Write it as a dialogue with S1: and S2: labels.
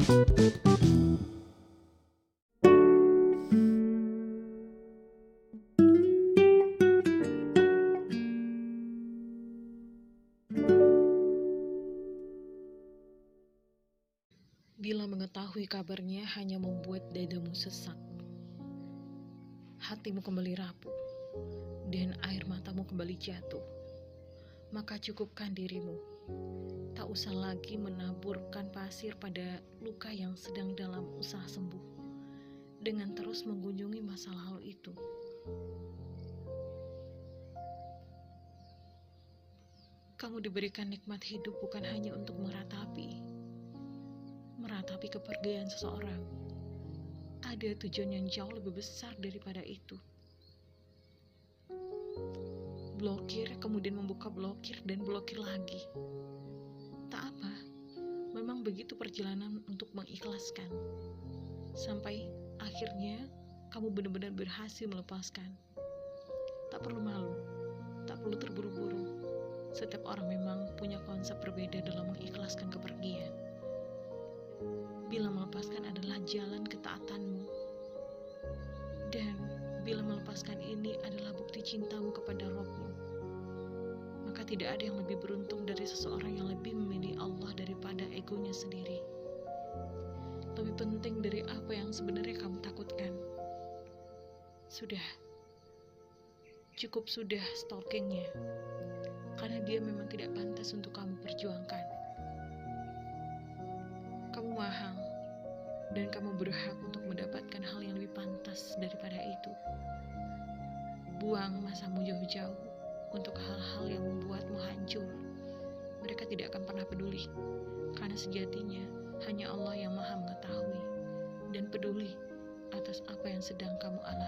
S1: Bila mengetahui kabarnya hanya membuat dadamu sesak, hatimu kembali rapuh, dan air matamu kembali jatuh, maka cukupkan dirimu. Tak usah lagi menaburkan pasir pada luka yang sedang dalam usaha sembuh, dengan terus mengunjungi masa lalu itu. Kamu diberikan nikmat hidup bukan hanya untuk meratapi kepergian seseorang. Ada tujuan yang jauh lebih besar daripada itu. Blokir, kemudian membuka blokir, dan blokir lagi. Tak apa, memang begitu perjalanan untuk mengikhlaskan. Sampai akhirnya kamu benar-benar berhasil melepaskan. Tak perlu malu, tak perlu terburu-buru. Setiap orang memang punya konsep berbeda dalam mengikhlaskan kepergian. Bila melepaskan adalah jalan ketaatanmu, dan bila melepaskan ini adalah bukti cintamu kepada Rabb-mu, maka tidak ada yang lebih beruntung dari seseorang yang lebih memilih Allah daripada egonya sendiri. Lebih penting dari apa yang sebenarnya kamu takutkan. Cukup sudah stalkingnya, karena dia memang tidak pantas untuk kamu perjuangkan. Kamu mahal, dan kamu berhak untuk mendapatkan hal yang lebih pantas daripada itu. Buang masamu jauh-jauh untuk hal-hal yang membuatmu hancur. Mereka tidak akan pernah peduli, karena sejatinya hanya Allah yang Maha mengetahui dan peduli atas apa yang sedang kamu alami.